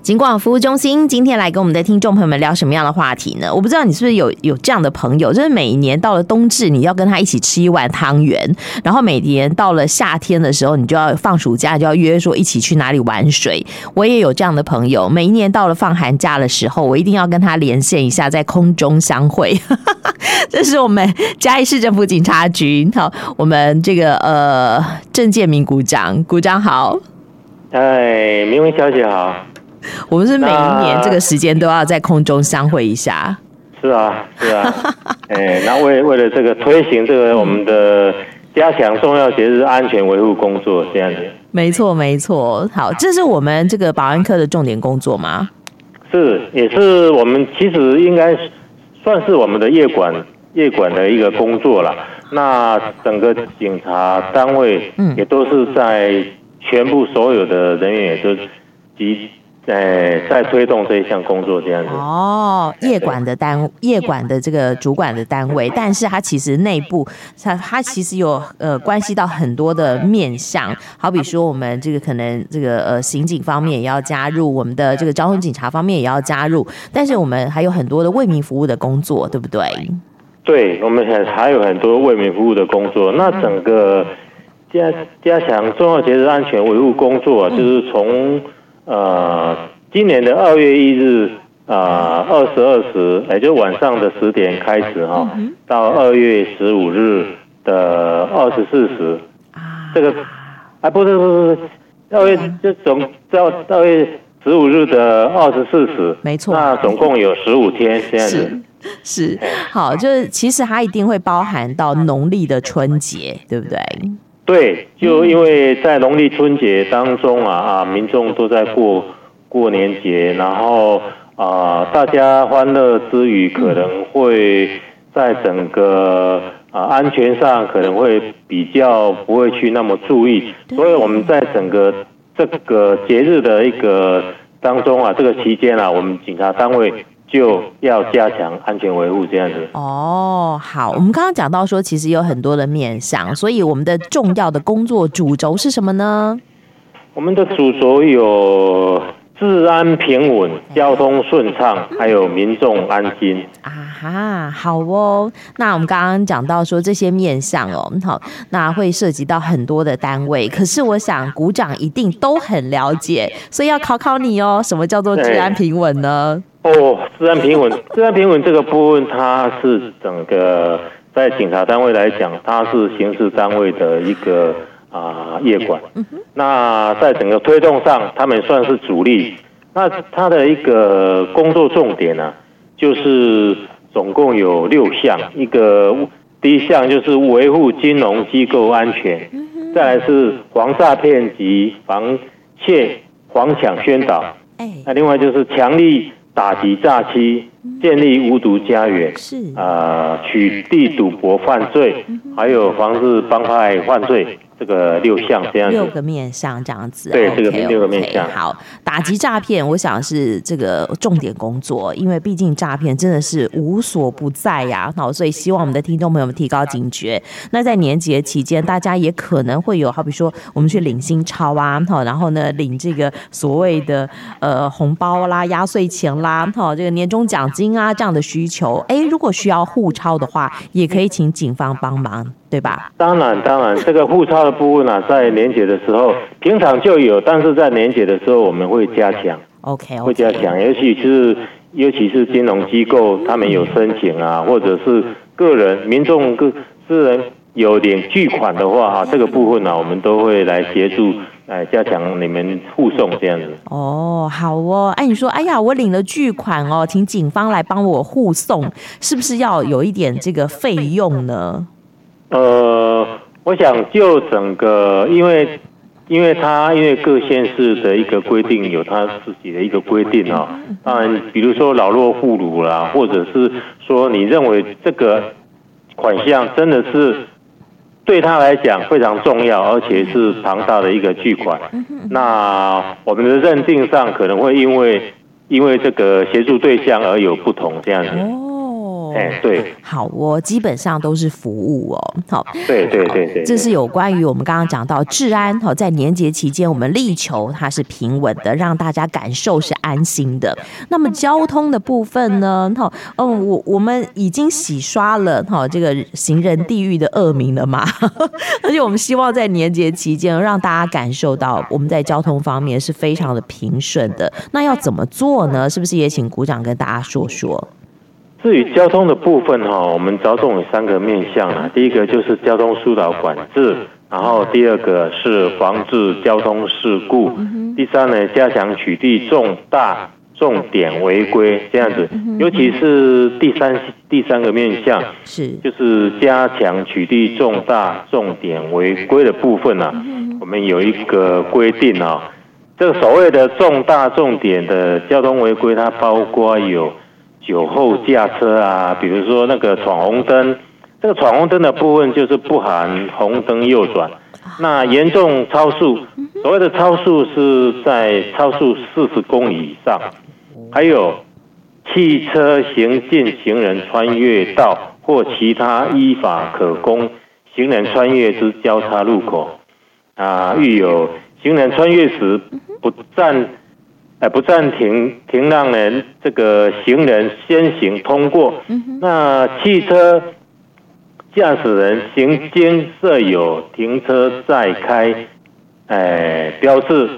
警广服务中心今天来跟我们的听众朋友们聊什么样的话题呢？我不知道你是不是有这样的朋友，就是每一年到了冬至，你要跟他一起吃一碗汤圆，然后每年到了夏天的时候，你就要放暑假，就要约说一起去哪里玩水。我也有这样的朋友，每一年到了放寒假的时候，我一定要跟他连线一下，在空中相会。这是我们嘉义市政府警察局，好，我们这个郑建明股长好。 明文小姐好。 我们是每一年这个时间都要在空中相会一下。 是啊。那为了这个推行这个我们的加强重要节日安全维护工作，这样子。没错。好，这是我们这个保安科的重点工作吗？ 是，也是我们其实应该算是我们的夜管的一个工作啦。那整个警察单位也都是在全部所有的人员也都在推动这一项工作，这样子。 夜管的这个主管的单位，但是它其实内部它其实有关系到很多的面向，好比说我们这个可能这个刑警方面也要加入，我们的这个交通警察方面也要加入，但是我们还有很多的为民服务的工作，对不对？ 对，我们还有很多为民服务的工作。那整个加强重要节日安全维护工作，就是从今年的2月1日22时，也就晚上的10点开始到2月15日的24时，这个不是2月就到2月15日的24时， 没错， 那总共有15天这样子。 是好，就是其实它一定会包含到农历的春节，对不对？ 对，就因为在农历春节当中民众都在过年节，然后大家欢乐之余，可能会在整个安全上可能会比较不会去那么注意，所以我们在整个这个节日的一个当中这个期间我们警察单位就要加强安全维护这样子。 好，我们刚刚讲到说其实有很多的面向，所以我们的重要的工作主轴是什么呢？ 我们的主轴有治安平稳、交通顺畅，还有民众安心。 好哦。那我们刚刚讲到说这些面向好，那会涉及到很多的单位，可是我想股长一定都很了解，所以要考考你哦，什么叫做治安平稳呢？ 治安平稳这个部分，它是整个在警察单位来讲，它是刑事单位的一个夜管。那在整个推动上，他们算是主力。那它的一个工作重点就是总共有6项。第一项就是维护金融机构安全，再来是防诈骗及防窃防抢宣导。那另外就是强力打击诈欺，建立无毒家园，取缔赌博犯罪，还有防治帮派犯罪，这个6项这样子。6个面向这样子。 对，这个6个面向。 好，打击诈骗，我想是这个重点工作，因为毕竟诈骗真的是无所不在呀。好，所以希望我们的听众朋友们提高警觉。那在年节期间，大家也可能会有，好比说我们去领新钞然后呢领这个所谓的红包啦、压岁钱啦，这个年终奖金这样的需求。如果需要互钞的话，也可以请警方帮忙，对吧？ 当然，这个互钞的部分在年节的时候，平常就有，但是在年节的时候我们会加强。 OK， 会加强，尤其是金融机构他们有申请或者是个人民众私人有点巨款的话这个部分我们都会来协助来加强你们护送这样子。 好哦。你说我领了巨款请警方来帮我护送，是不是要有一点这个费用呢？ 我想就整个因为各县市的一个规定有他自己的一个规定当然比如说老弱妇孺啦，或者是说你认为这个款项真的是对他来讲非常重要，而且是庞大的一个巨款，那我们的认定上可能会因为这个协助对象而有不同这样子。 对， 好哦，基本上都是服务哦。好， 对， 这是有关于我们刚刚讲到治安。好，在年节期间，我们力求它是平稳的，让大家感受是安心的。那么交通的部分呢？我们已经洗刷了这个行人地狱的恶名了嘛，而且我们希望在年节期间让大家感受到我们在交通方面是非常的平顺的。那要怎么做呢？是不是也请股长跟大家说说？ 至于交通的部分我们着重有3个面向啦。第一个就是交通疏导管制，然后第二个是防治交通事故，第三呢，加强取缔重点违规这样子。尤其是第三个面向就是加强取缔重点违规的部分我们有一个规定这个所谓的重点的交通违规，它包括有酒后驾车比如说那个闯红灯，这个闯红灯的部分就是不含红灯右转。那严重超速，所谓的超速是在超速40公里以上，还有汽车行进行人穿越道或其他依法可供行人穿越之交叉路口遇有行人穿越时不暂停让人这个行人先行通过，那汽车驾驶人行经设有停车再开标志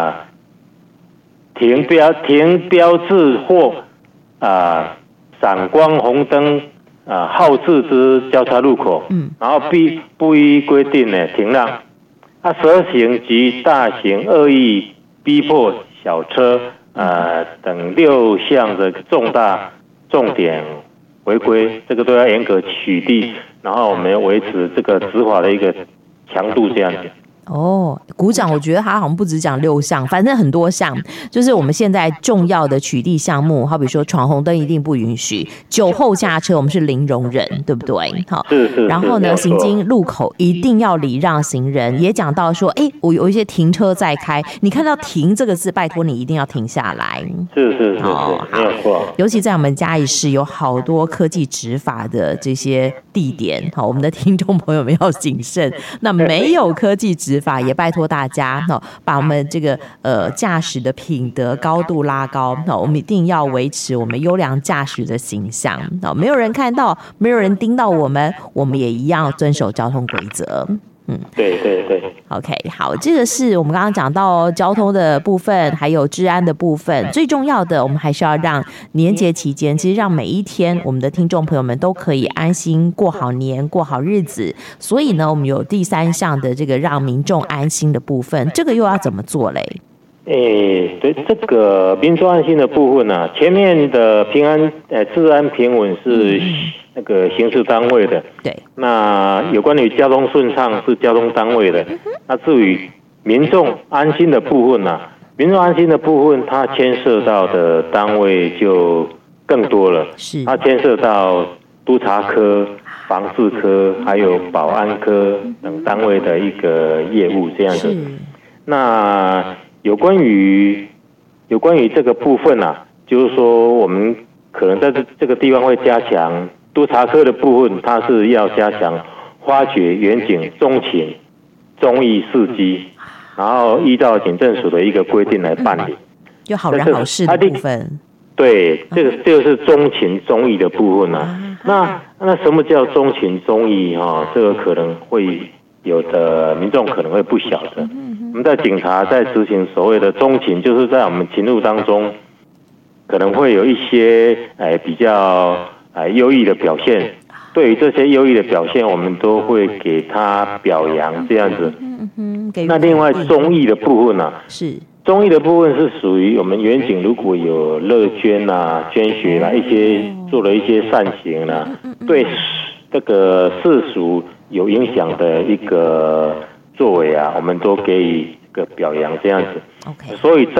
停标志或闪光红灯号志之交叉路口，然后不依规定停让。蛇行及大型恶意逼迫小车等6项的重点违规，这个都要严格取缔，然后我们要维持这个执法的一个强度这样子。 股长，我觉得他好像不止讲6项，反正很多项，就是我们现在重要的取缔项目，好比说闯红灯一定不允许，酒后驾车我们是零容忍，对不对？好， 是。 然后呢，行经路口一定要礼让行人，也讲到说，我有一些停车再开，你看到停这个字，拜托你一定要停下来。 是，没有错。 尤其在我们嘉义市有好多科技执法的这些地点，好，我们的听众朋友们要谨慎。那没有科技执法，也拜托大家把我们这个驾驶的品德高度拉高，我们一定要维持我们优良驾驶的形象。没有人看到，没有人盯到我们也一样遵守交通规则。 对。 OK， 好，这个是我们刚刚讲到交通的部分，还有治安的部分。最重要的，我们还是要让年节期间，其实让每一天我们的听众朋友们都可以安心过好年、过好日子。所以呢，我们有第3项的这个让民众安心的部分，这个又要怎么做嘞？ 对，这个民众安心的部分前面的治安平稳是那个刑事单位的， 对。 那有关于交通顺畅是交通单位的。那至于民众安心的部分民众安心的部分，它牵涉到的单位就更多了，它牵涉到督察科、防治科，还有保安科等单位的一个业务这样子。那有关于这个部分就是说我们可能在这个地方会加强督察科的部分，它是要加强发掘远景、中情、忠义事迹，然后依照警政署的一个规定来办理， 就好人好事的部分。 对，这个是忠情忠义的部分那什么叫忠情忠义这个可能会有的民众可能会不晓得。我们在警察在执行所谓的忠情，就是在我们勤务当中，可能会有一些比较优异的表现。对于这些优异的表现，我们都会给他表扬这样子。那另外忠义的部分是忠义的部分是属于我们远景如果有乐捐捐血一些做了一些善行对这个世俗有影响的一个作为我们都给予一个表扬这样子。所以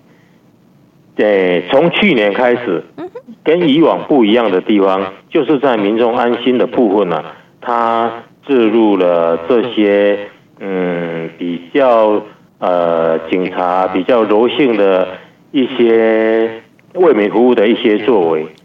从去年开始，跟以往不一样的地方，就是在民众安心的部分它置入了这些比较警察比较柔性的一些为民服务的一些作为。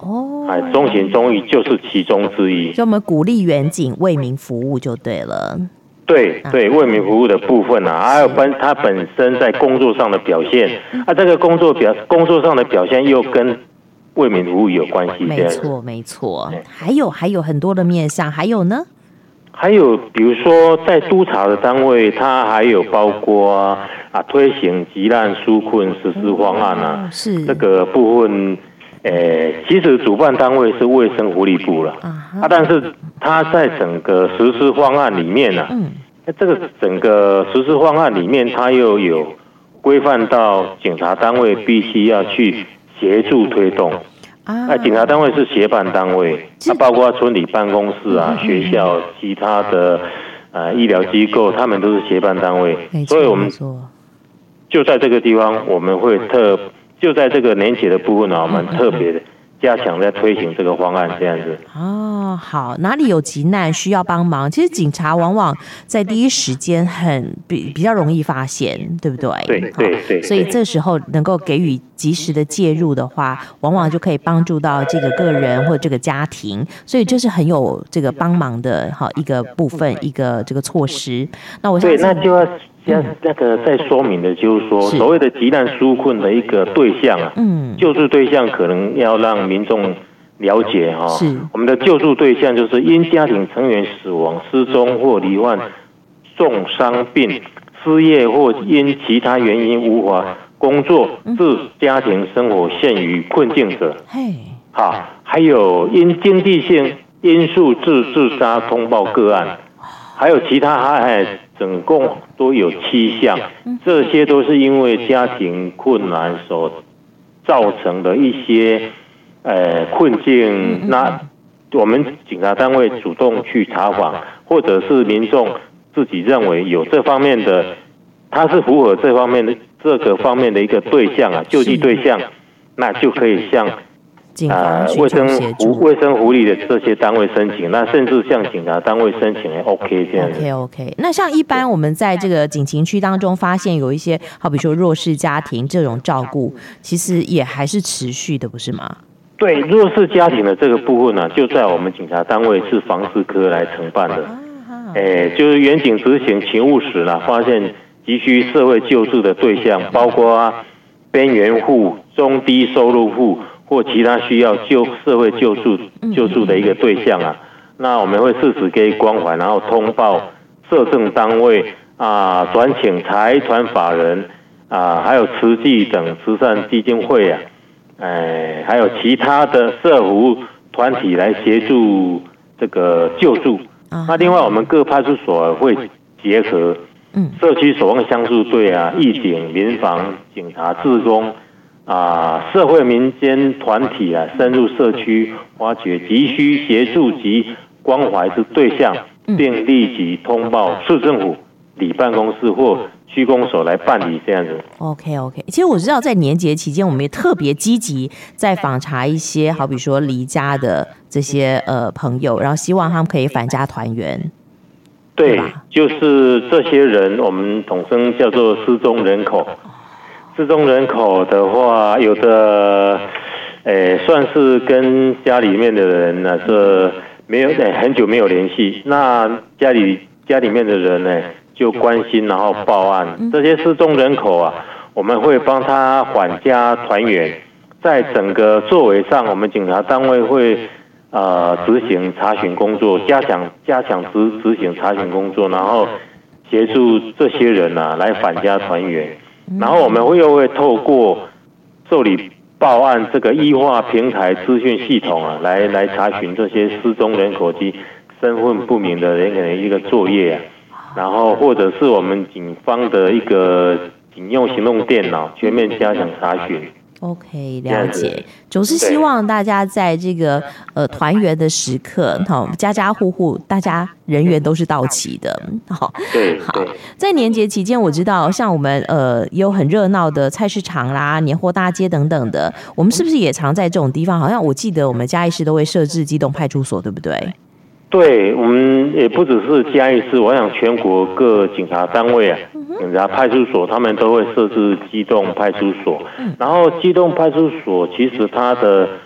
中情中义就是其中之一。 就我们鼓励远景为民服务就对了。 对，为民服务的部分还有他本身在工作上的表现，这个工作上的表现又跟为民服务有关系。 没错。还有很多的面向，还有呢？ 还有比如说在督察的单位，它还有包括推行急难纾困实施方案是这个部分。其实主办单位是卫生福利部了，但是它在整个实施方案里面这个整个实施方案里面，它又有规范到警察单位必须要去协助推动。警察单位是协办单位，包括村里办公室学校、其他的医疗机构，他们都是协办单位，所以我们就在这个地方，我们会就在这个年节的部分我们特别的加强在推行这个方案，这样子。 好，哪里有急难需要帮忙，其实警察往往在第一时间比较容易发现，对不对？ 对。 所以这时候能够给予及时的介入的话，往往就可以帮助到这个个人或这个家庭，所以这是很有这个帮忙的一个部分，一个这个措施。那我相信那就要那个再说明的就是说，所谓的急难纾困的一个对象救助对象可能要让民众了解我们的救助对象就是因家庭成员死亡、失踪或罹患重伤病、失业或因其他原因无法工作致家庭生活陷于困境者。还有因经济性因素致自杀通报个案，还有其他总共都有7项，这些都是因为家庭困难所造成的一些困境。那我们警察单位主动去查访，或者是民众自己认为有这方面的，他是符合这个方面的一个对象救济对象，那就可以向卫生福利的这些单位申请，那甚至向警察单位申请OK 这样子。 OK。那像一般我们在这个警情区当中发现有一些，好比说弱势家庭这种照顾，其实也还是持续的，不是吗？ 对，弱势家庭的这个部分就在我们警察单位是防治科来承办的。就是远警执行勤务时发现急需社会救助的对象，包括边缘户、中低收入户或其他需要社会救助的一个对象那我们会适时给予关怀，然后通报社政单位转请财团法人还有慈济等慈善基金会还有其他的社服团体来协助这个救助。那另外我们各派出所会结合社区守望相助队义警、民防、警察、志工社会民间团体深入社区，挖掘急需协助及关怀之对象，并立即通报市政府、里办公室或区公所来办理这样子。 OK。其实我知道在年节期间，我们也特别积极在访查一些，好比说离家的这些朋友，然后希望他们可以返家团圆。 对，就是这些人，我们统称叫做失踪人口。失踪人口的话，有的算是跟家里面的人是没有很久没有联系，那家里面的人就关心，然后报案。这些失踪人口我们会帮他返家团圆。在整个作为上，我们警察单位会执行查询工作，加强执行查询工作，然后协助这些人来返家团圆。然后我们又会透过受理报案这个医化平台资讯系统来查询这些失踪人口及身份不明的人的一个作业然后或者是我们警方的一个警用行动电脑全面加强查询。 OK， 了解。总是希望大家在这个团圆的时刻，家家户户大家人员都是到齐的。好，在年节期间，我知道像我们也有很热闹的菜市场啦、年货大街等等的，我们是不是也常在这种地方？好像我记得我们嘉义市都会设置机动派出所，对不对？ 对，我们也不只是嘉义市，我想全国各警察单位警察派出所他们都会设置机动派出所。然后机动派出所其实它的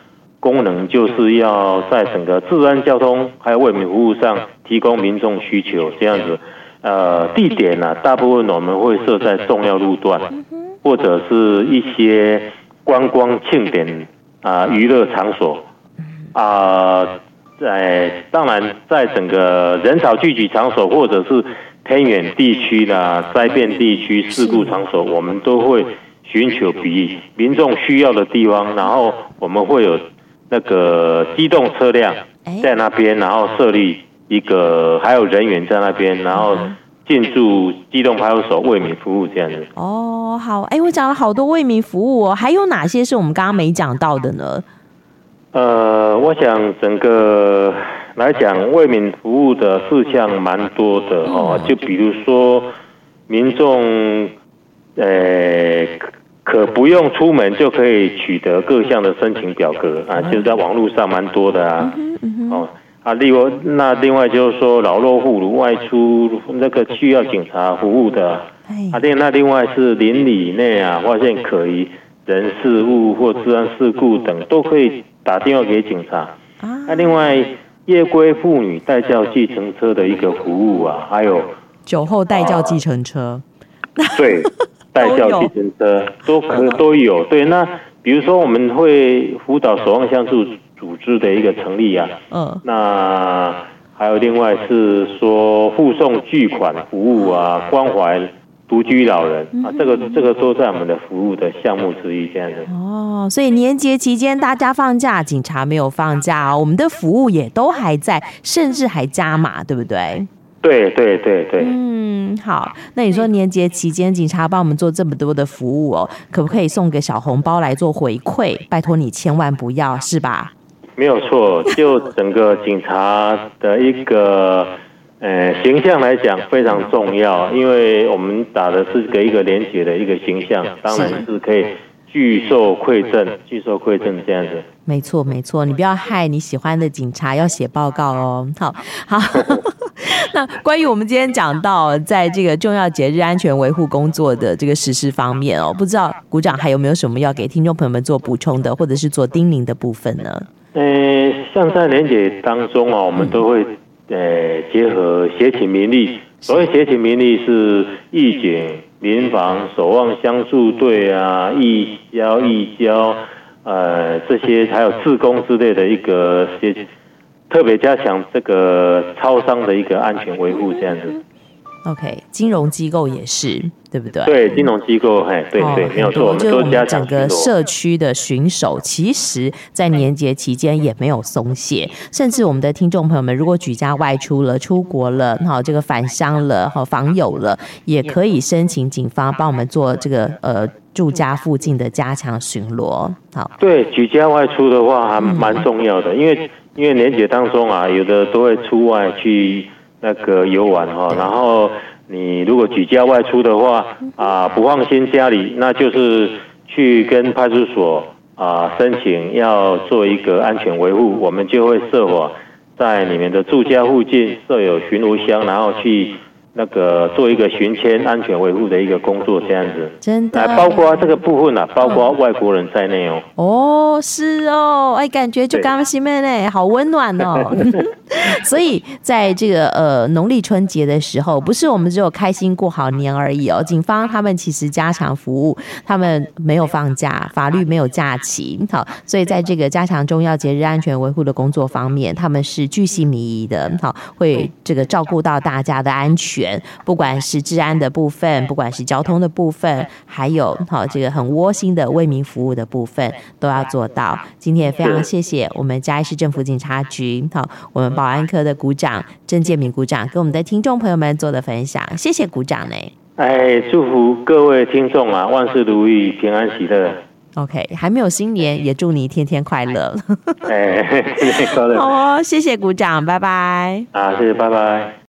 功能就是要在整个治安交通还有为民服务上提供民众需求这样子。地点呢，大部分我们会设在重要路段，或者是一些观光庆典娱乐场所当然在整个人潮聚集场所或者是偏远地区啦、灾变地区、事故场所，我们都会寻求比民众需要的地方，然后我们会有那个机动车辆在那边，然后设立一个，还有人员在那边，然后进驻机动派出所为民服务这样子。 哦，好，我讲了好多为民服务哦，还有哪些是我们刚刚没讲到的呢？ 我想整个来讲，为民服务的事项蛮多的哦，就比如说民众可不用出门就可以取得各项的申请表格就是在网络上蛮多的另外就是说老弱妇孺外出那个需要警察服务的另外是邻里内发现可疑人事物或治安事故等都可以打电话给警察另外夜归妇女代叫计程车的一个服务还有酒后代叫计程车对代叫计程车都有对。那比如说我们会辅导守望相助组织的一个成立那还有另外是说附送巨款服务关怀独居老人这个都在我们的服务的项目之一这样子。 所以年节期间大家放假，警察没有放假我们的服务也都还在，甚至还加码，对不对？ 对。 好，那你说年节期间警察帮我们做这么多的服务可不可以送个小红包来做回馈？拜托你千万不要，是吧？ 没有错，就整个警察的一个形象来讲非常重要，因为我们打的是一个廉洁的一个形象，当然是可以具受馈赠这样子。 没错，你不要害你喜欢的警察要写报告哦。好那关于我们今天讲到在这个重要节日安全维护工作的这个实施方面不知道股长还有没有什么要给听众朋友们做补充的，或者是做叮咛的部分呢？ 像在年节当中我们都会结合协勤民力，所谓协勤民力是义警、民防、守望相助队义交这些还有志工之类的一个特别加强这个超商的一个安全维护这样子。 OK， 金融机构也是，对不对？ 对，金融机构，对，没有错，我们都加强整个社区的巡守，其实在年节期间也没有松懈，甚至我们的听众朋友们，如果举家外出了、出国了，这个返乡了、访友了，也可以申请警方帮我们做这个住家附近的加强巡逻。好， 对，举家外出的话还蛮重要的，因为年节当中有的都会出外去那个游玩然后你如果举家外出的话不放心家里，那就是去跟派出所申请要做一个安全维护，我们就会设法在你们的住家附近设有巡逻箱，然后去那个做一个巡签安全维护的一个工作这样子。 真的包括这个部分包括外国人在内是感觉就刚心妹呢，好温暖所以在这个农历春节的时候，不是我们只有开心过好年而已警方他们其实加强服务，他们没有放假，法律没有假期好，所以在这个加强重要节日安全维护的工作方面，他们是巨细靡遗的好，会这个照顾到大家的安全，不管是治安的部分，不管是交通的部分，还有这个很窝心的为民服务的部分都要做到。今天也非常谢谢我们嘉义市政府警察局我们保安科的股长郑建民股长跟我们的听众朋友们做的分享，谢谢股长呢。 祝福各位听众万事如意，平安喜乐。 OK， 还没有新年，也祝你天天快乐。 天天快乐。 好谢谢股长，拜拜。 谢谢，拜拜。